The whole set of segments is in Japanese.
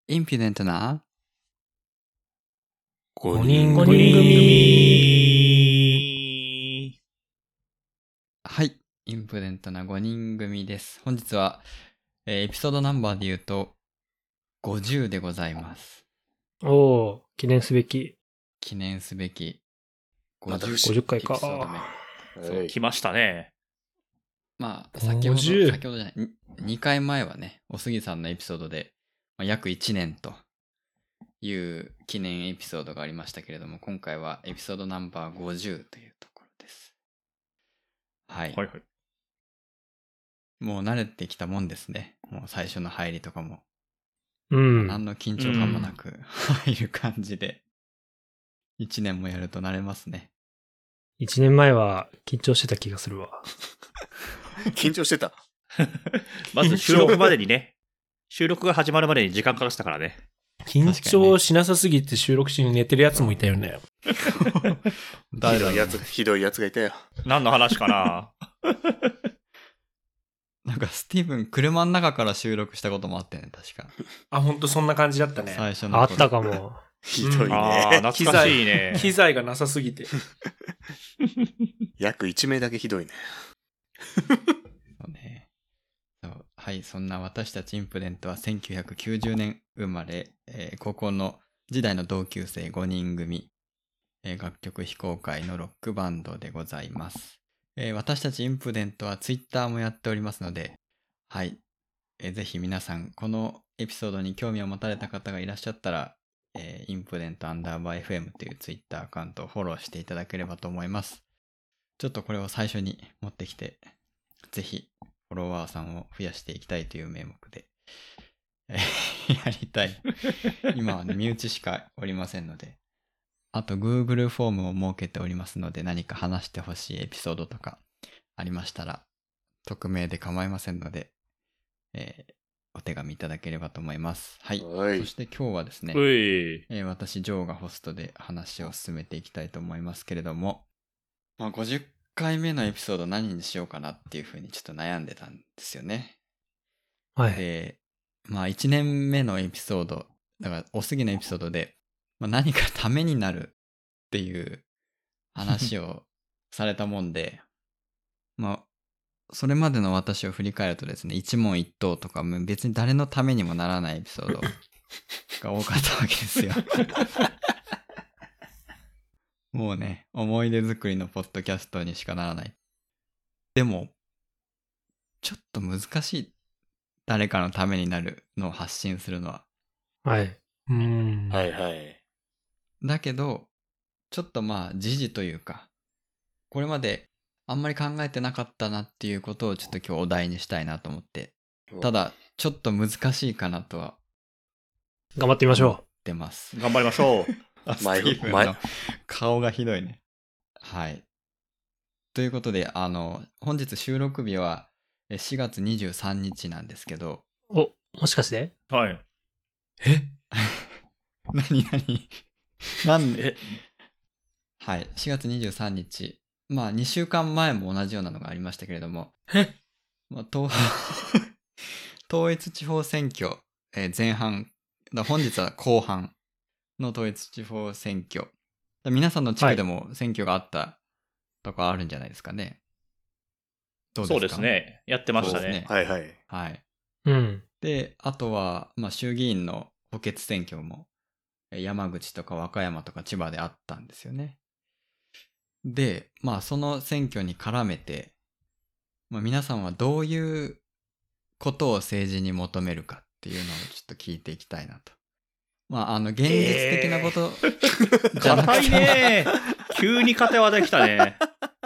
インフィデントな 5人 5人組。 はい。インプデントな5人組です。本日は、エピソードナンバーで言うと50でございます。 おー、記念すべき。 記念すべきまた 50 50回か。 エピソード目。 そう来ましたね。 まあ、 50 先ほどじゃない、2回前はね、おすぎさんのエピソードで、約1年という記念エピソードがありましたけれども、今回はエピソードナンバー50というところです。はい。 はいはい。 もう慣れてきたもんですね。もう最初の入りとかも。 うん。 何の緊張感もなく入る感じで、1年もやると慣れますね。 1年前は緊張してた気がするわ。 緊張してた。 まず収録までにね、収録が始まるまでに時間かかってたからね。 緊張しなさすぎて収録しに寝てるやつもいたよね。 誰だろうねひどいやつがいたよ。 何の話かななんかスティーブン車の中から収録したこともあってね、確か。 あ、ほんとそんな感じだったね。 最初の頃あったかも。 ひどいああ、 ね。 懐かしいね。 機材がなさすぎて。 約1名だけひどいね。 そうね。そうはい、そんな私たちインプデントは1990年生まれ、高校の時代の同級生5人組、楽曲非公開のロックバンドでございます。私たちインプデントはツイッターもやっておりますので、はい、ぜひ皆さんこのエピソードに興味を持たれた方がいらっしゃったら、インプデント_FM というツイッターアカウントをフォローしていただければと思います。ちょっとこれを最初に持ってきて、ぜひフォロワーさんを増やしていきたいという名目で、やりたい。今はね、身内しかおりませんので、あと Google フォームを設けておりますので、何か話してほしいエピソードとかありましたら、匿名で構いませんので、お手紙いただければと思います。はい。 はいそして今日はですね、 うい。 私、ジョーがホストで話を進めていきたいと思いますけれども、まあ、50回目のエピソード何にしようかなっていうふうにちょっと悩んでたんですよね。 はい。 で、まあ1年目のエピソード、だからおすぎのエピソードで、まあ、何かためになるっていう話をされたもんで、まあ、それまでの私を振り返るとですね、一問一答とか別に誰のためにもならないエピソードが多かったわけですよ。もうね、思い出作りのポッドキャストにしかならない。でも、ちょっと難しい。誰かのためになるのを発信するのは。 はい。 はいはい。 だけど、ちょっとまあ時事というか、これまであんまり考えてなかったなっていうことをちょっと今日お題にしたいなと思って。ただ、ちょっと難しいかなとは頑張ってみましょ出ます。 頑張りましょう。 スティーブンの顔がひどいね。はい。ということで、本日収録日は4月23日なんですけど、 う。お、もしかしてはい。 何なんでえ、 はい、4月23日。まあ、2週間前も同じようなのがありましたけれども、まあ、統一地方選挙、前半、本日は後半の統一地方選挙。皆さんの地区でも選挙があったとかあるんじゃないですかね。どうですか？ そうですね。やってましたねそうですね。 はいはい。 はい。 うん。 で、あとは、まあ、衆議院の補欠選挙も、山口とか和歌山とか千葉であったんですよね。で、まあ、その選挙に絡めて、まあ、皆さんはどういうことを政治に求めるかっていうのをちょっと聞いていきたいなと。まあ、現実的なことじゃなく硬いて、 ね。急に硬い話題来たね。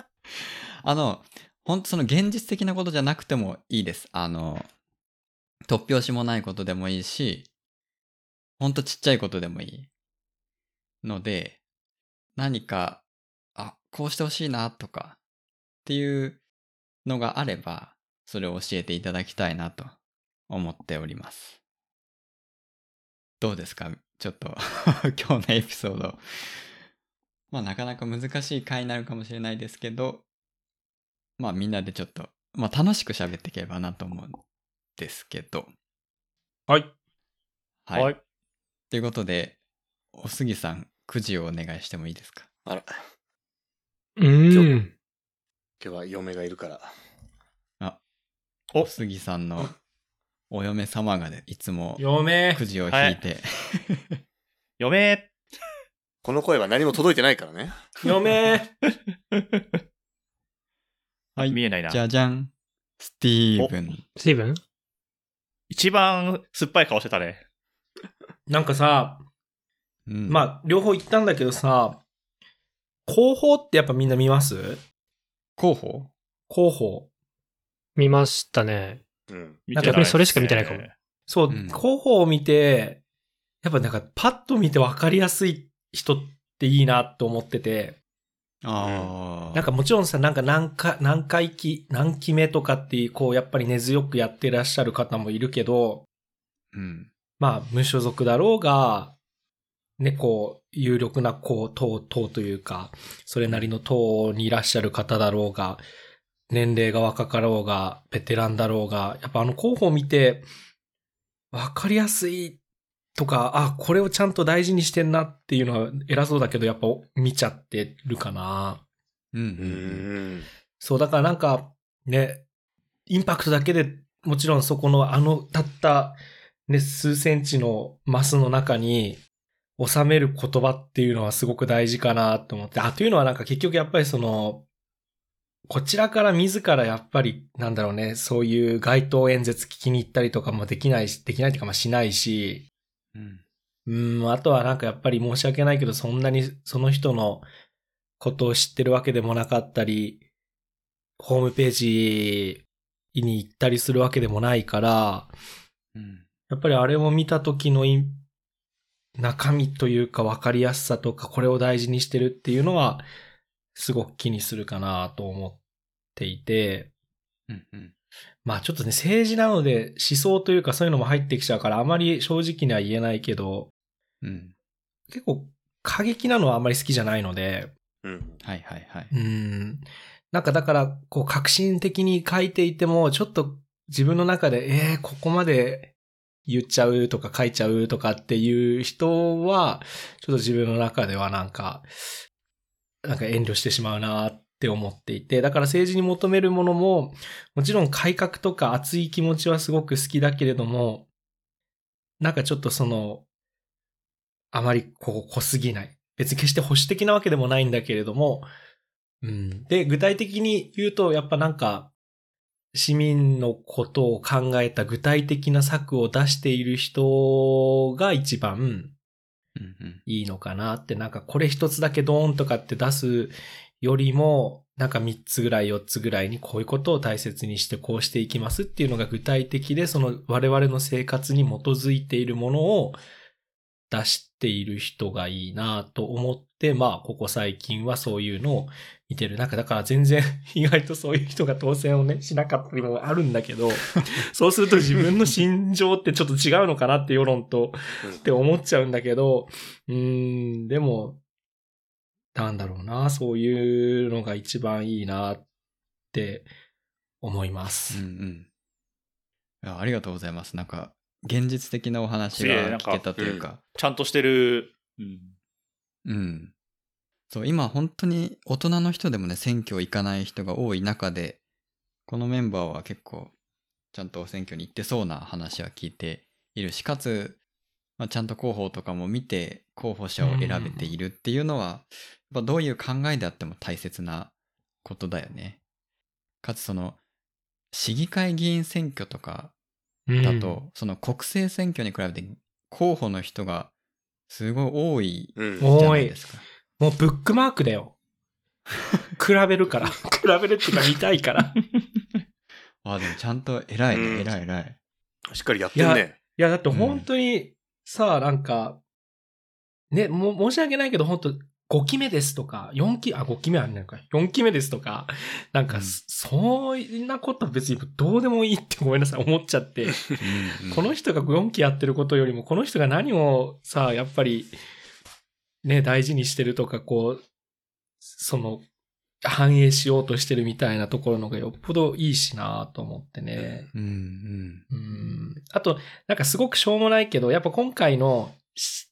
本当その現実的なことじゃなくてもいいです。突拍子もないことでもいいし、ほんとちっちゃいことでもいいので、何か、こうしてほしいなとかっていうのがあれば、それを教えていただきたいなと思っております。どうですか？ちょっと今日のエピソード。まあなかなか難しい回になるかもしれないですけど、まあみんなでちょっと、まあ楽しく喋っていければなと思うんですけど。 はい。 はい。 はいということで、おすぎさん、くじをお願いしてもいいですか？ あら、 今今日は嫁がいるから。 おすぎさんのお嫁様がいつも嫁くじを引いて、 嫁この声は何も届いてないからね。 嫁はい、 見えないな。 じゃじゃん。スティーブン。 スティーブン一番酸っぱい顔してたね。 なんかさ、 うん、 まあ、両方言ったんだけどさ、広報ってやっぱみんな見ます？ 候補広報。 見ましたね。 うん。 なんか逆にそれしか見てないかも。 そう、 うん広報を見て、やっぱなんかパッと見て分かりやすい人っていいなと思ってて、 ああ。 なんかもちろんさ、なんか何期目とかっていう、こう、やっぱり根強くやってらっしゃる方もいるけど、 うん。 まあ、無所属だろうが、ね、こう、有力な、こう、党というか、それなりの党にいらっしゃる方だろうが、年齢が若かろうが、ベテランだろうが、やっぱ候補を見て、わかりやすいとか、あ、これをちゃんと大事にしてんなっていうのは偉そうだけど、やっぱ見ちゃってるかな。 うん。う。 うんん。 そう、だからなんか、ね、インパクトだけでもちろんそこのたった、ね、数センチのマスの中に収める言葉っていうのはすごく大事かなと思って。というのはなんか結局やっぱりこちらから自らやっぱり、なんだろうね、そういう街頭演説聞きに行ったりとかもできないっていうかまあしないし、あとはなんかやっぱり申し訳ないけど、そんなにその人のことを知ってるわけでもなかったり、ホームページに行ったりするわけでもないから、 うん。 やっぱりあれを見た時の中身というか分かりやすさとか、これを大事にしてるっていうのは、すごく気にするかなと思っていて、 うん。うん。 まあちょっとね、政治なので思想というかそういうのも入ってきちゃうから、あまり正直には言えないけど、 うん。 結構過激なのはあんまり好きじゃないので、 うん。 はいはいはい。 なんかだから、こう革新的に書いていても、ちょっと自分の中で、ここまで言っちゃうとか書いちゃうとかっていう人は、ちょっと自分の中ではなんか遠慮してしまうなって思っていて、だから政治に求めるものも、もちろん改革とか熱い気持ちはすごく好きだけれども、なんかちょっとあまり濃すぎない。別に決して保守的なわけでもないんだけれども、で、具体的に言うと、やっぱなんか、市民のことを考えた具体的な策を出している人が一番うんうん。 いいのかなって、なんかこれ一つだけドーンとかって出すよりも、なんか3つぐらい4つぐらいにこういうことを大切にしてこうしていきますっていうのが具体的で、その我々の生活に基づいているものを出している人がいいなと思って、まあここ最近はそういうのを見てる。なんかだから全然意外とそういう人が当選をねしなかったりもあるんだけど、そうすると自分の心情ってちょっと違うのかなって世論とって思っちゃうんだけど、でも、なんだろうな、そういうのが一番いいなって思いまうす。 んうん。いや、ありがとうございます。なんか、現実的なお話が聞けたというか。 ちゃんとしてる。 うん。そう、今本当に大人の人でもね、選挙行かない人が多い中で、このメンバーは結構、ちゃんと選挙に行ってそうな話は聞いているし、かつ、まあ、ちゃんと広報とかも見て、候補者を選べているっていうのは、やっぱどういう考えであっても大切なことだよね。かつ市議会議員選挙とかだと、その国政選挙に比べて候補の人がすごい多いじゃないですか。 もうブックマークだよ。比べるから。比べるっていうか見たいから。 あ、でもちゃんと偉いね、偉い偉い。 しっかりやってるね。 いや、だって本当にさ、なんか、ね、申し訳ないけど、本当5期目ですとか、5期目はなんか、4期目ですとか、なんか、そんなこと別にどうでもいいってごめんなさい、思っちゃって、この人が4期やってることよりも、この人が何をさ、やっぱり、ね、大事にしてるとか、こう、反映しようとしてるみたいなところのがよっぽどいいしなと思ってね。あと、なんかすごくしょうもないけど、やっぱ今回の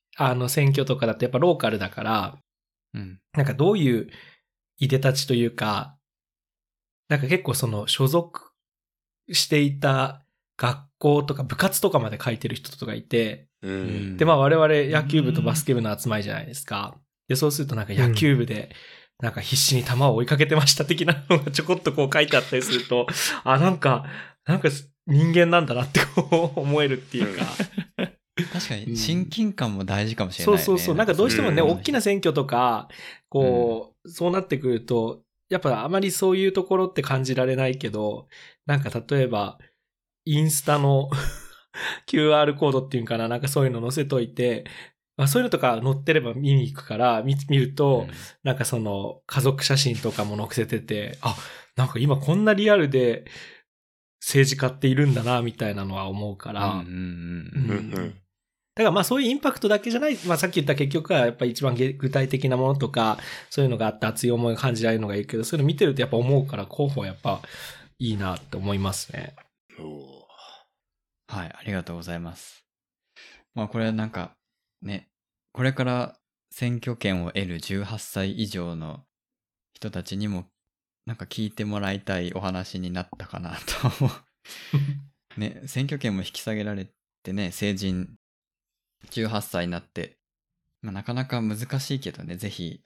選挙とかだとやっぱローカルだから、 うん。 なんかどういういでたちというか、なんか結構その所属していた学校とか部活とかまで書いてる人とかいて、 うん。 で、まあ我々野球部とバスケ部の集まりじゃないですか。で、そうするとなんか野球部で、なんか必死に球を追いかけてました的なのがちょこっとこう書いてあったりすると、あ、なんか人間なんだなってこう思えるっていうか。 確かに親近感も大事かもしれないね。 そうそうそう。なんかどうしてもね、 うん大きな選挙とか、こう、そうなってくると、やっぱあまりそういうところって感じられないけど、なんか例えば、インスタのQR コードっていうかな、なんかそういうの載せといて、まあそういうのとか載ってれば見に行くから見ると、なんかその家族写真とかも載せてて、あ、なんか今こんなリアルで政治家っているんだな、みたいなのは思うから。 うんうんうんうんだからまあそういうインパクトだけじゃない、まあさっき言った結局はやっぱり一番具体的なものとか、そういうのがあって熱い思いを感じられるのがいいけど、そういうの見てるとやっぱ思うから候補はやっぱいいなって思いますね。 おはい、ありがとうございます。まあこれはなんかね、これから選挙権を得る18歳以上の人たちにもなんか聞いてもらいたいお話になったかなと思う。ね、選挙権も引き下げられてね、成人18歳になって、まあ、なかなか難しいけどね、ぜひ、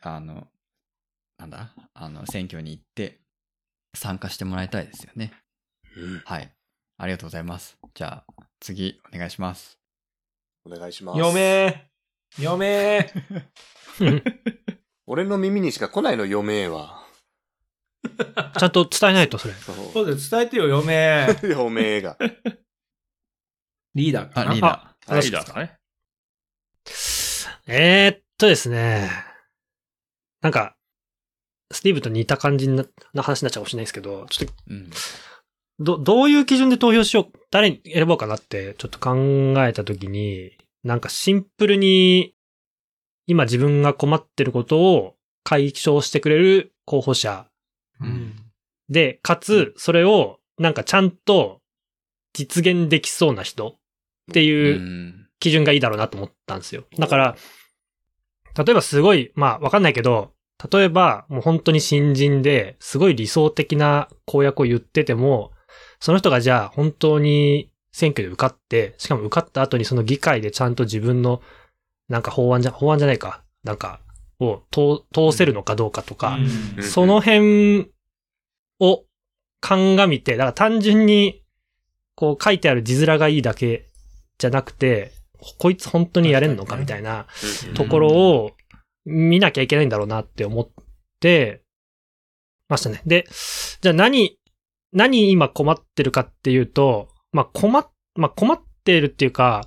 選挙に行って参加してもらいたいですよね。 うんはい。ありがとうございます。じゃあ、次、お願いします。 お願いします。 読め俺の耳にしか来ないの余命は。 ちゃんと伝えないと、それ。 そうです、伝えてよ、読め余命が。 リーダーかな。 あ、リーダあリーダーですかね。 ですね。なんか、スティーブと似た感じな話になっちゃうかもしれないですけど、ちょっと、 ー。うん。 どういう基準で投票しよう、誰に選ぼうかなってちょっと考えたときに、なんかシンプルに、今自分が困ってることを解消してくれる候補者うん。 で、かつ、それをなんかちゃんと実現できそうな人ってういうん基準がいいだろうなと思ったんですよ。だから、例えばすごい、まあわかんないけど、例えばもう本当に新人ですごい理想的な公約を言ってても、その人がじゃあ本当に選挙で受かって、しかも受かった後にその議会でちゃんと自分のなんか法案じゃないか、なんかを通せるのかどうかとか、 うんその辺を鑑みて、だから単純にこう書いてある字面がいいだけじゃなくて、こいつ本当にやれんのかみたいなところを見なきゃいけないんだろうなって思ってましたね。で、じゃあ何今困ってるかっていうと、困ってるっていうか、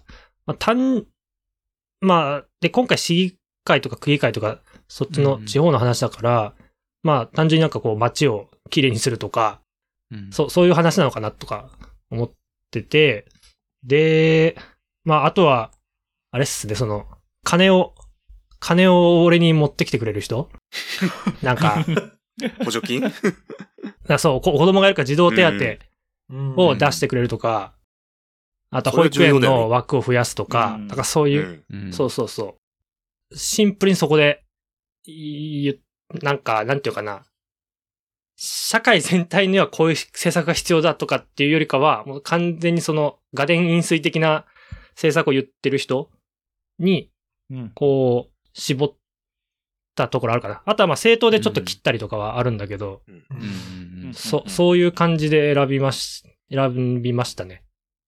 で、今回市議会とか区議会とか、そっちの地方の話だから、単純になんかこう街をきれいにするとか、 うん。 そういう話なのかなとか思ってて、で、あとは、あれっすね、金を俺に持ってきてくれる人なんか、 補助金そう、子供がいるから児童手当を出してくれるとか、あと保育園の枠を増やすとか、 うんなんかそういう、 うんそう。シンプルにそこで、なんか、なんていうかな。社会全体にはこういう政策が必要だとかっていうよりかは、もう完全に画伝飲水的な政策を言ってる人に、 うん。 こう、絞ったところあるかな。あとは政党でちょっと切ったりとかはあるんだけど、 うんうんうん。 そういう感じで選びましたね。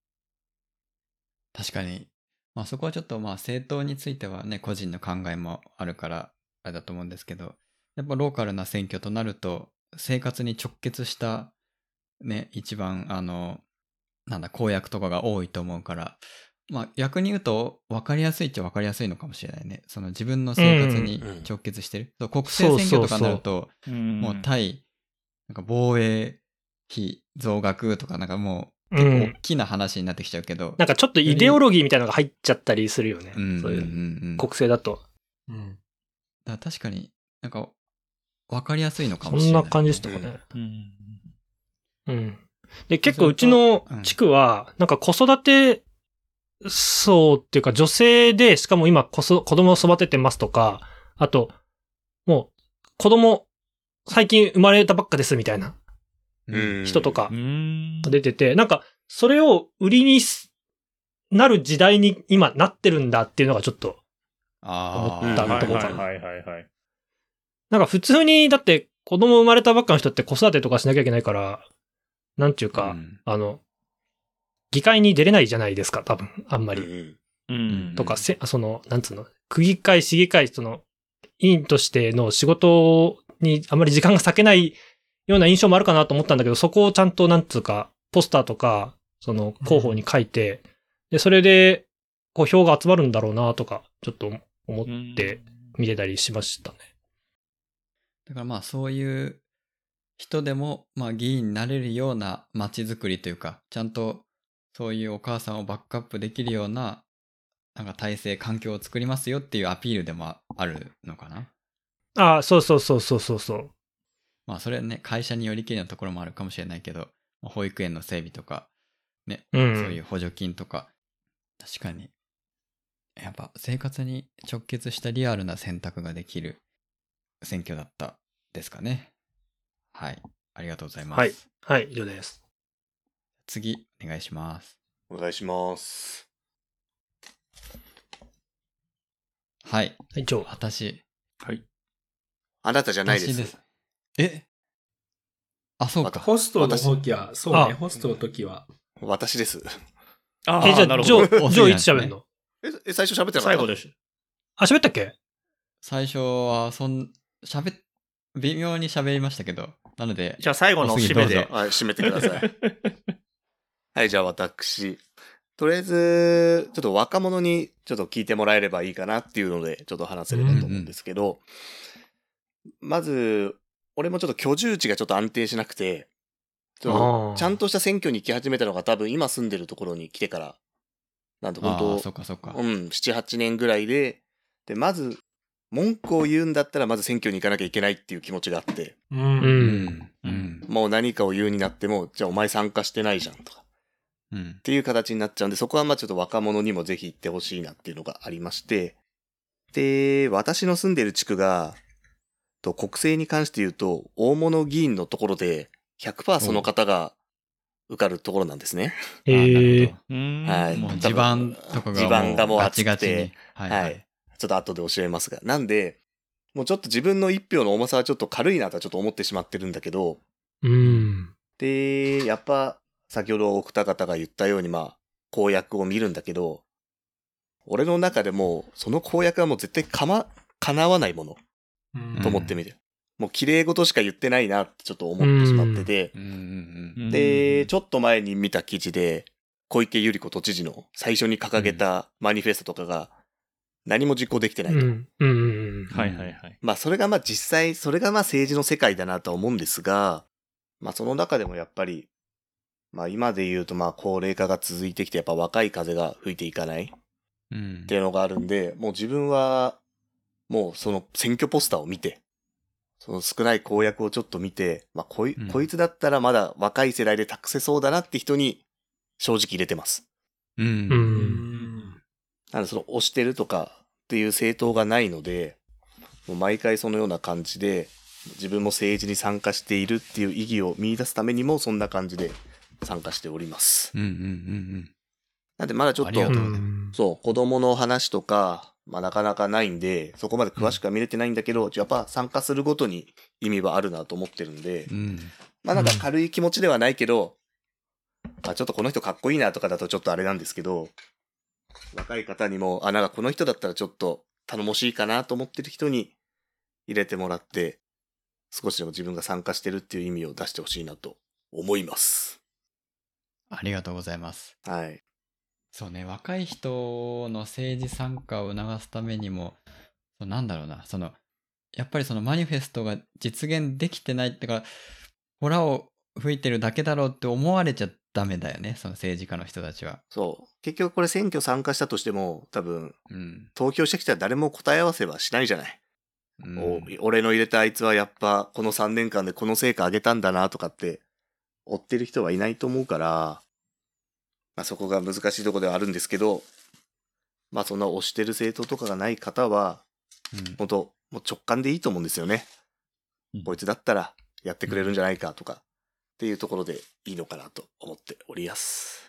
確かに。そこはちょっと政党についてはね、個人の考えもあるから、あれだと思うんですけど、やっぱローカルな選挙となると、生活に直結した、ね、一番、公約とかが多いと思うから、逆に言うと、分かりやすいっちゃ分かりやすいのかもしれないね。自分の生活に直結してる。国政選挙とかになると、もう対、なんか防衛費増額とか、なんかもう、結構大きな話になってきちゃうけど。 なんかちょっとイデオロギーみたいなのが入っちゃったりするよね。そういう国政だと。 だから確かになんか分かりやすいのかもしれない。 そんな感じでしたかね。うん。で、結構うちの地区は、なんか子育てそうっていうか女性で、しかも今子供を育ててますとか、あと、もう子供最近生まれたばっかですみたいな人とか出てて、なんかそれを売りになる時代に今なってるんだっていうのがちょっと思ったところかな。 はいはいはい。 なんか普通にだって子供生まれたばっかの人って子育てとかしなきゃいけないから、なんちゅうか、議会に出れないじゃないですか、多分、あんまり。とか、なんつうの、区議会、市議会、委員としての仕事にあまり時間が割けないような印象もあるかなと思ったんだけど、そこをちゃんと、なんつうか、ポスターとか、広報に書いて、で、それで、票が集まるんだろうなとか、ちょっと思って見てたりしましたね。 だからまあ、そういう人でも、まあ、議員になれるような街づくりというか、ちゃんと、そういうお母さんをバックアップできるような、なんか体制、環境を作りますよっていうアピールでもあるのかな。 ああ、そう。 まあそれね、会社によりきりのところもあるかもしれないけど、保育園の整備とか、ね、そういう補助金とか、確かに、やっぱ生活に直結したリアルな選択ができる選挙だったですかね。はい。ありがとうございます。 はい、以上です。 次、お願いします。 お願いします。 はい。 はい、以上。 私。 はい。 あなたじゃないです。 そうか。 ホストの時は、そうね、ホストの時は。 私です。 じゃあ、ジョーいつ喋るの？ 最初喋ってなかった？ 最後です。 喋ったっけ？ 最初は、微妙に喋りましたけど、なので。 じゃあ最後の締めで。 はい、締めてください。はい、じゃあ私。とりあえず、ちょっと若者にちょっと聞いてもらえればいいかなっていうので、ちょっと話せればと思うんですけど、まず、俺もちょっと居住地がちょっと安定しなくて、ちゃんとした選挙に行き始めたのが多分今住んでるところに来てから、なんと本当、 そっか。 7、8年ぐらいで、まず、文句を言うんだったらまず選挙に行かなきゃいけないっていう気持ちがあって、もう何かを言うになっても、じゃあお前参加してないじゃんとか、っていう形になっちゃうんで、そこはまあちょっと若者にもぜひ行ってほしいなっていうのがありまして、で、私の住んでる地区が、国政に関して言うと、大物議員のところで 100% その方が受かるところなんですね。 はい。もう地盤とかがもう熱くて、 ガチに。 はい。ちょっと後で教えますが。なんで、もうちょっと自分の一票の重さはちょっと軽いなとはちょっと思ってしまってるんだけど、で、やっぱ、先ほどお二方が言ったように、まあ、公約を見るんだけど、俺の中でも、その公約はもう絶対叶わないもの。と思ってみて。もう綺麗事しか言ってないなってちょっと思ってしまってて。で、ちょっと前に見た記事で、小池百合子都知事の最初に掲げたマニフェストとかが何も実行できてないと。まあそれがまあ実際、それがまあ政治の世界だなとは思うんですが、まあその中でもやっぱり、まあ今で言うとまあ高齢化が続いてきてやっぱ若い風が吹いていかないっていうのがあるんで、もう自分はもうその選挙ポスターを見て、その少ない公約をちょっと見て、まあこいつだったらまだ若い世代で託せそうだなって人に正直入れてます。なのでその推してるとかっていう政党がないので、もう毎回そのような感じで、自分も政治に参加しているっていう意義を見出すためにもそんな感じで参加しております。なんでまだちょっと、そう、子供の話とか、まあなかなかないんで、そこまで詳しくは見れてないんだけど、やっぱ参加するごとに意味はあるなと思ってるんで、まあなんか軽い気持ちではないけど、まあちょっとこの人かっこいいなとかだとちょっとあれなんですけど、若い方にも、なんかこの人だったらちょっと頼もしいかなと思ってる人に入れてもらって、少しでも自分が参加してるっていう意味を出してほしいなと思います。 ありがとうございます。 はい。 そうね、若い人の政治参加を促すためにも、なんだろうな、やっぱりそのマニフェストが実現できてないってか、ホラを吹いてるだけだろうって思われちゃダメだよね、その政治家の人たちは。 そう。結局これ選挙参加したとしても、多分、投票してきたら誰も答え合わせはしないじゃない。俺の入れたあいつはやっぱこの3年間でこの成果上げたんだなとかって追ってる人はいないと思うから、 まあそこが難しいところではあるんですけど、まあそんな推してる政党とかがない方は、本当もう直感でいいと思うんですよね。こいつだったらやってくれるんじゃないかとか、っていうところでいいのかなと思っております。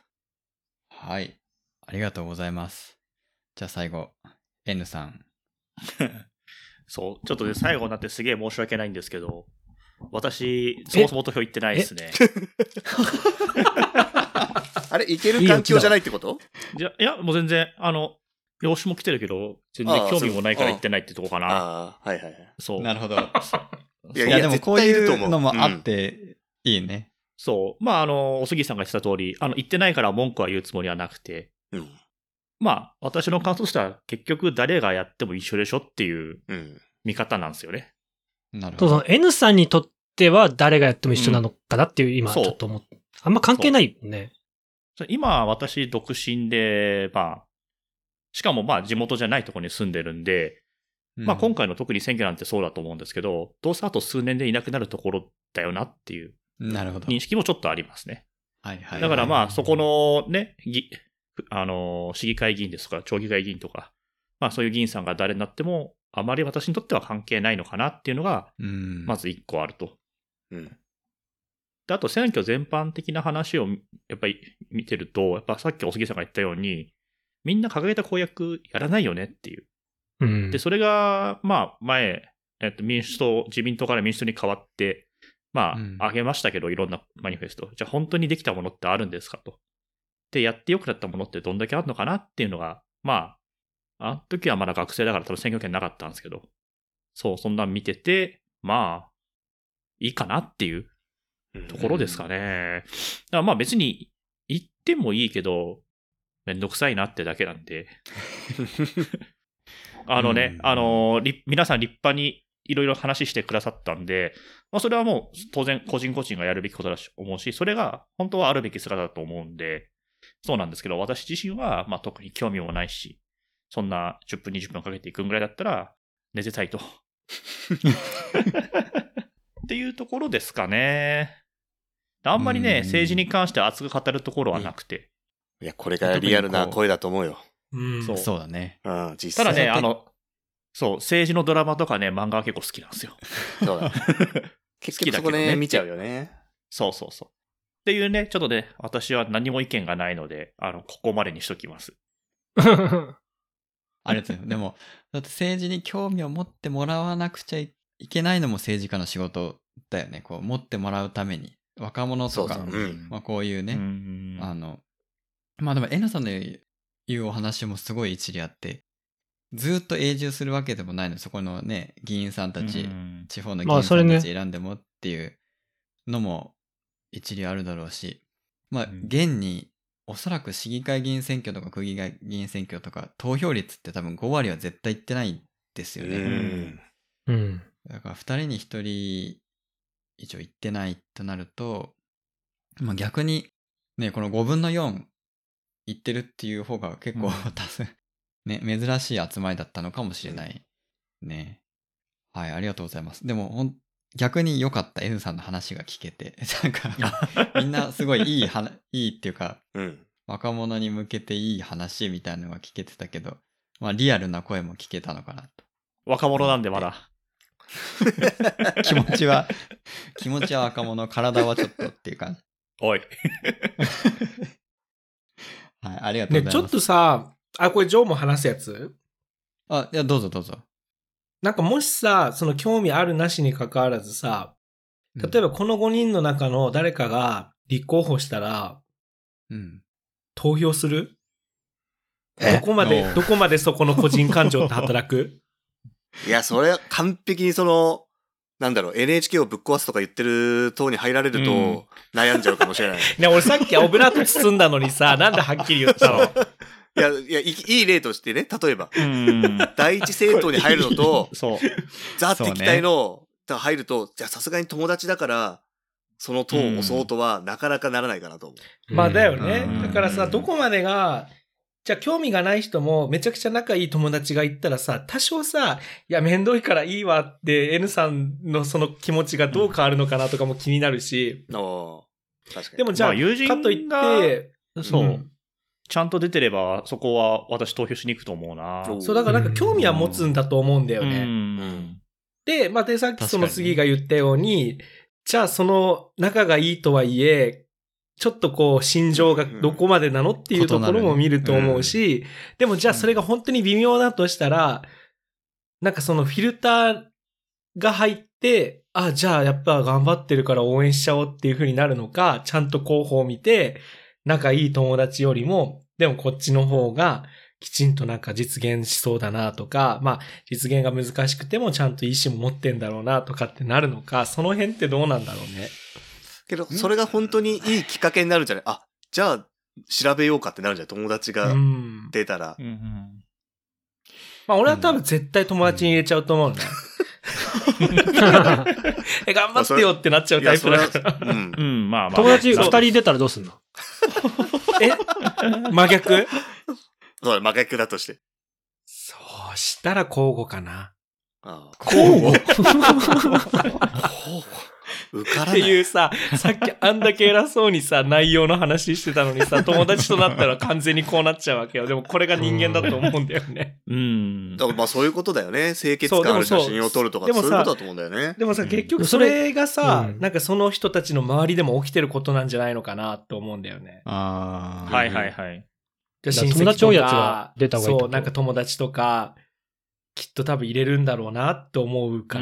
はい。ありがとうございます。じゃあ最後、N さん。 そう、ちょっとね、最後になってすげえ申し訳ないんですけど、私、そもそも投票行ってないですね。 あれ、いける環境じゃないってこと？ いや、もう全然、用紙も来てるけど、全然興味もないから行ってないってとこかな。 ああ、はいはいはい。 そう。 なるほど。 いやいや、でもこういうのもあっていいね。 そう。まあ、お杉さんが言ってた通り、言ってないから文句は言うつもりはなくて、まあ、私の感想としては、結局誰がやっても一緒でしょっていう見方なんですよね。 なるほど。 そうそう、N さんにとっては誰がやっても一緒なのかなっていう、今ちょっと思って。あんま関係ないよね。 今、私独身で、まあ、しかもまあ地元じゃないところに住んでるんで、まあ今回の特に選挙なんてそうだと思うんですけど、どうせあと数年でいなくなるところだよなっていう認識もちょっとありますね。 はいはい。 だからまあそこのね、市議会議員ですとか、町議会議員とか、まあそういう議員さんが誰になっても、あまり私にとっては関係ないのかなっていうのが、まず一個あると。であと選挙全般的な話をやっぱり見てると、やっぱさっきお杉さんが言ったように、みんな掲げた公約やらないよねっていう。で、それが、まあ前、自民党から民主党に変わって、まあ、上げましたけど、いろんなマニフェスト。じゃあ本当にできたものってあるんですかと。で、やってよくなったものってどんだけあるのかなっていうのが、まあ、あの時はまだ学生だから多分選挙権なかったんですけど、そう、そんなん見てて、まあ、いいかなっていうところですかね。だからまあ別に言ってもいいけど、めんどくさいなってだけなんで。皆さん立派にいろいろ話してくださったんで、まあそれはもう当然個人個人がやるべきことだと思うし、それが本当はあるべき姿だと思うんで、そうなんですけど、私自身はまあ特に興味もないし、そんな10分20分かけていくんぐらいだったら寝てたいと。っていうところですかね。あんまりね、政治に関して熱く語るところはなくて。 いや、これがリアルな声だと思うよ。 そうだね。 実際。 ただね、そう、政治のドラマとかね、漫画は結構好きなんですよ。 そうだ。結局そこね、見ちゃうよね。 そうそうそう。っていうね、ちょっとね、私は何も意見がないので、ここまでにしときます。 ありがとうございます。でも、だって政治に興味を持ってもらわなくちゃいけないのも政治家の仕事だよね。こう、持ってもらうために。若者とか、まあこういうね、まあでも、N さんの言うお話もすごい一理あって、ずっと永住するわけでもないの。そこのね、議員さんたち、地方の議員さんたち選んでもっていうのも一理あるだろうし、まあ、現に、おそらく市議会議員選挙とか区議会議員選挙とか、投票率って多分5割は絶対いってないんですよね。だから2人に1人以上いってないとなると、まあ逆に、ね、この5分の4いってるっていう方が結構多数、ね、珍しい集まりだったのかもしれないね。はい、ありがとうございます。でも逆に良かった、N さんの話が聞けて。なんか、みんなすごいいいっていうか、若者に向けていい話みたいなのが聞けてたけど、まあリアルな声も聞けたのかなと。 若者なんでまだ。 気持ちは若者、体はちょっとっていう感じ。 おい。 はい、ありがとうございます。 ね、ちょっとさ、これジョーも話すやつ？ いや、どうぞどうぞ。 なんかもしさ、その興味あるなしに関わらずさ、例えばこの5人の中の誰かが立候補したら、投票する？どこまでそこの個人感情って働く？ いや、それは完璧にNHK をぶっ壊すとか言ってる党に入られると悩んじゃうかもしれない。 ね、俺さっきオブラート包んだのにさ、なんではっきり言ったの？ いや、いい例としてね、例えば。第一政党に入るのと、ザ・敵対の、入ると、じゃあさすがに友達だから、その党を押そうとはなかなかならないかなと思う。 まあだよね。だからさ、どこまでが、じゃあ興味がない人もめちゃくちゃ仲いい友達が言ったらさ、多少さ、いやめんどいからいいわって N さんのその気持ちがどう変わるのかなとかも気になるし。 確かに。 でもじゃあ、 友人がかといって、 そう。 ちゃんと出てれば、そこは私投票しに行くと思うな。 そう、だからなんか興味は持つんだと思うんだよね。 うん。 で、まあ、で、さっきその次が言ったように、じゃあその仲がいいとはいえ、ちょっとこう心情がどこまでなのっていうところも見ると思うし、でもじゃあそれが本当に微妙だとしたら、なんかそのフィルターが入って、あ、じゃあやっぱ頑張ってるから応援しちゃおうっていう風になるのか、ちゃんと候補を見て、仲いい友達よりも、でもこっちの方がきちんとなんか実現しそうだなとか、まあ実現が難しくてもちゃんと意思も持ってんだろうなとかってなるのか、その辺ってどうなんだろうね。 けど、それが本当にいいきっかけになるんじゃない？あ、じゃあ調べようかってなるんじゃない？友達が出たら。 まあ俺は多分絶対友達に入れちゃうと思うね。頑張ってよってなっちゃうタイプだから。 まあまあ。 友達2人出たらどうすんの？ 真逆？ そう、真逆だとして。 そうしたら交互かな。 交互受からない。 っていうさ、さっきあんだけ偉そうにさ、内容の話してたのにさ、友達となったら完全にこうなっちゃうわけよ。でもこれが人間だと思うんだよね。 だからまあそういうことだよね。清潔感ある写真を撮るとかそういうことだと思うんだよね。 でもさ、結局それがさ、なんかその人たちの周りでも起きてることなんじゃないのかなって思うんだよね。 はいはいはい。 じゃあ親戚とか、 友達多いやつが出た方がいい。 そう、なんか友達とか、きっと多分入れるんだろうなって思うから。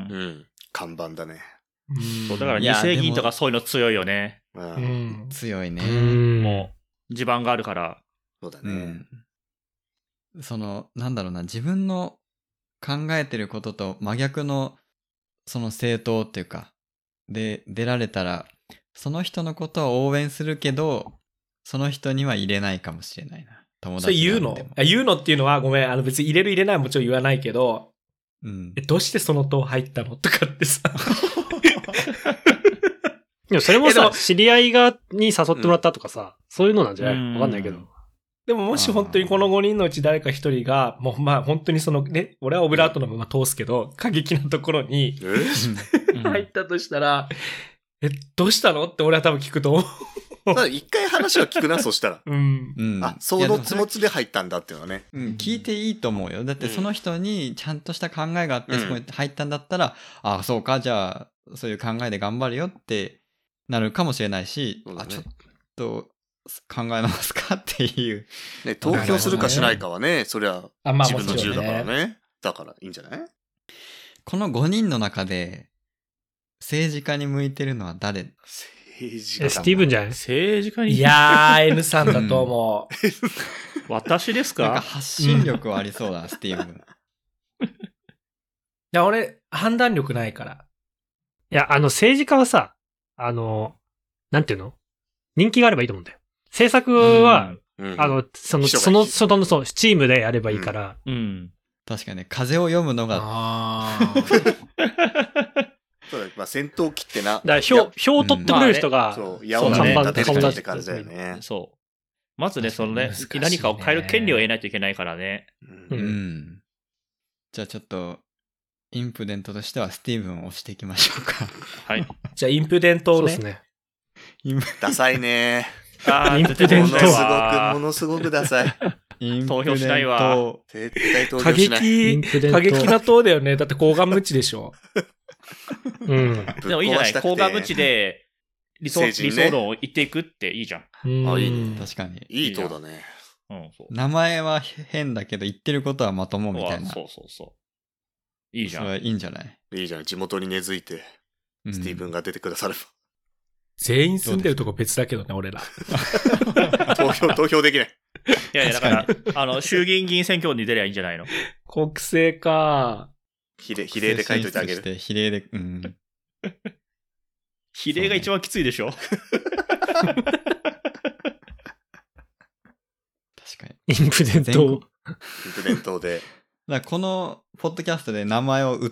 看板だね。 そうだから二世議員とかそういうの強いよね。 強いね。 もう地盤があるから。 そうだね。 そのなんだろうな、自分の考えてることと真逆のその政党っていうかで出られたら、その人のことを応援するけどその人には入れないかもしれないな。友達それ言うの？言うのっていうのはごめん、別に入れる入れないももちろん言わないけど、どうしてその党入ったのとかってさ。 でもそれもさ、知り合いに誘ってもらったとかさ、そういうのなんじゃない？わかんないけど。 でももし本当にこの5人のうち誰か1人が、もうまあ本当にそのね、俺はオブラートのまま通すけど、過激なところに入ったとしたら、どうしたのって俺は多分聞くと思う。 一回話は聞くな、そしたら。あ、その気持ちで入ったんだっていうのはね。 聞いていいと思うよ。だってその人にちゃんとした考えがあって、そこに入ったんだったら、あ、そうか、じゃあ、そういう考えで頑張るよってなるかもしれないし、ちょっと考えますかっていう。 ね、投票するかしないかはね、そりゃ自分の自由だからね。だからいいんじゃない？ この5人の中で、政治家に向いてるのは誰？ 政治家。 スティーブンじゃない？ 政治家に。 いやー、N さんだと思う。私ですか？ なんか発信力はありそうだ、スティーブン。 いや、俺、判断力ないから。 いや、政治家はさ、なんていうの？人気があればいいと思うんだよ。政策は、その、チームでやればいいから。 確かにね、風を読むのが。 そうだ、まあ戦闘機ってな。 だ票を取ってくれる人が、 そう、顔が立てるって感じだよね。 そう。まずね、そのね、何かを変える権利を得ないといけないからね。 じゃあちょっと、インプデントとしてはスティーブンを押していきましょうか。 はい。 じゃあインプデントをね。 そうですね。 ダサいね。 インプデントは。ものすごくダサい。 投票しないわ。 絶対投票しない。 過激な党だよね。だって高顔無知でしょ。 でもいいじゃない。高顔無知で理想論を言っていくっていいじゃん。 あ、いいね。 確かに。 いい党だね。 名前は変だけど言ってることはまともみたいな。 そう。いいじゃん。 それはいいんじゃない？ いいじゃん。地元に根付いて、スティーブンが出てくだされば。 全員住んでるとこ別だけどね、俺ら。 投票できない。 いや、だから、衆議院議員選挙に出りゃいいんじゃないの？ 国政か。 比例で書いといてあげる。 比例で、 比例が一番きついでしょ？ 確かに。 インプデント。 インプデントで。 だこのポッドキャストで名前を売って、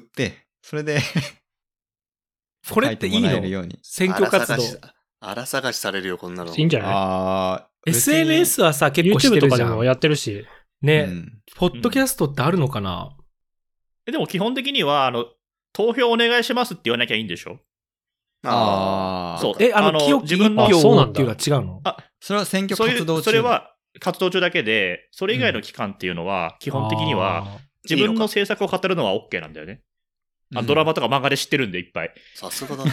それでこれっていいの？選挙活動。 荒探しされるよ、こんなの。 いいんじゃない？ SNS はさ、結構してるじゃん。 YouTube とかでもやってるし。 ね、ポッドキャストってあるのかな？ でも基本的には、投票お願いしますって言わなきゃいいんでしょ？ ああ。 そう。 清き一票っていうのは違うの？ それは選挙活動中。 それは、 活動中だけで、それ以外の期間っていうのは、基本的には、自分の制作を語るのは OK なんだよね。ドラマとか漫画で知ってるんで、いっぱい。 さすがだね。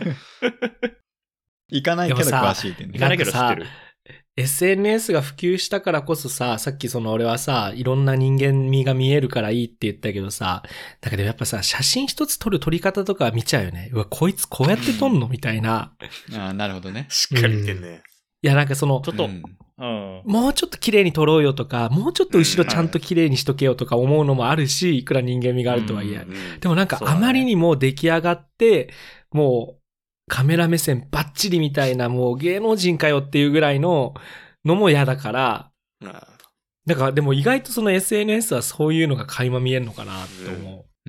行かないけど詳しいってね。 行かないけど知ってる。 SNS が普及したからこそさ、さっき俺はさ、いろんな人間味が見えるからいいって言ったけどさ、だけどやっぱさ、写真一つ撮る撮り方とか見ちゃうよね。うわ、こいつこうやって撮んのみたいな。 ああ、なるほどね。 しっかり見てんね。 いや、なんかちょっと、 もうちょっと綺麗に撮ろうよとか、もうちょっと後ろちゃんと綺麗にしとけよとか思うのもあるし、いくら人間味があるとはいえ。でもなんかあまりにも出来上がって、もうカメラ目線バッチリみたいな、もう芸能人かよっていうぐらいのも嫌だから、だからでも意外とその SNS はそういうのが垣間見えるのかなと思う。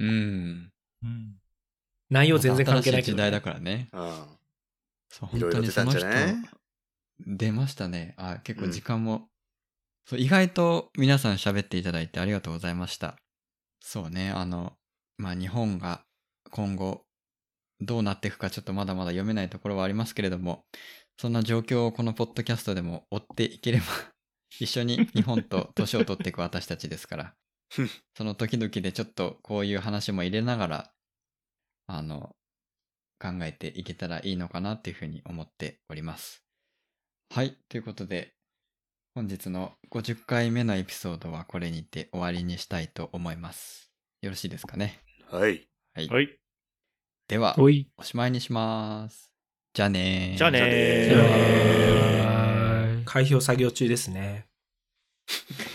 内容全然関係ないけど、ね。 新しい時代だからね。そう、本当にその人出ましたね。結構時間も、そう意外と皆さん喋っていただいてありがとうございました。そうね、日本が今後どうなっていくかちょっとまだまだ読めないところはありますけれども、そんな状況をこのポッドキャストでも追っていければ一緒に日本と年を取っていく私たちですからその時々でちょっとこういう話も入れながら考えていけたらいいのかなっていうふうに思っております。はい、ということで本日の50回目のエピソードはこれにて終わりにしたいと思います。よろしいですかね。 はい。 ではおしまいにします。じゃあね開票作業中ですね。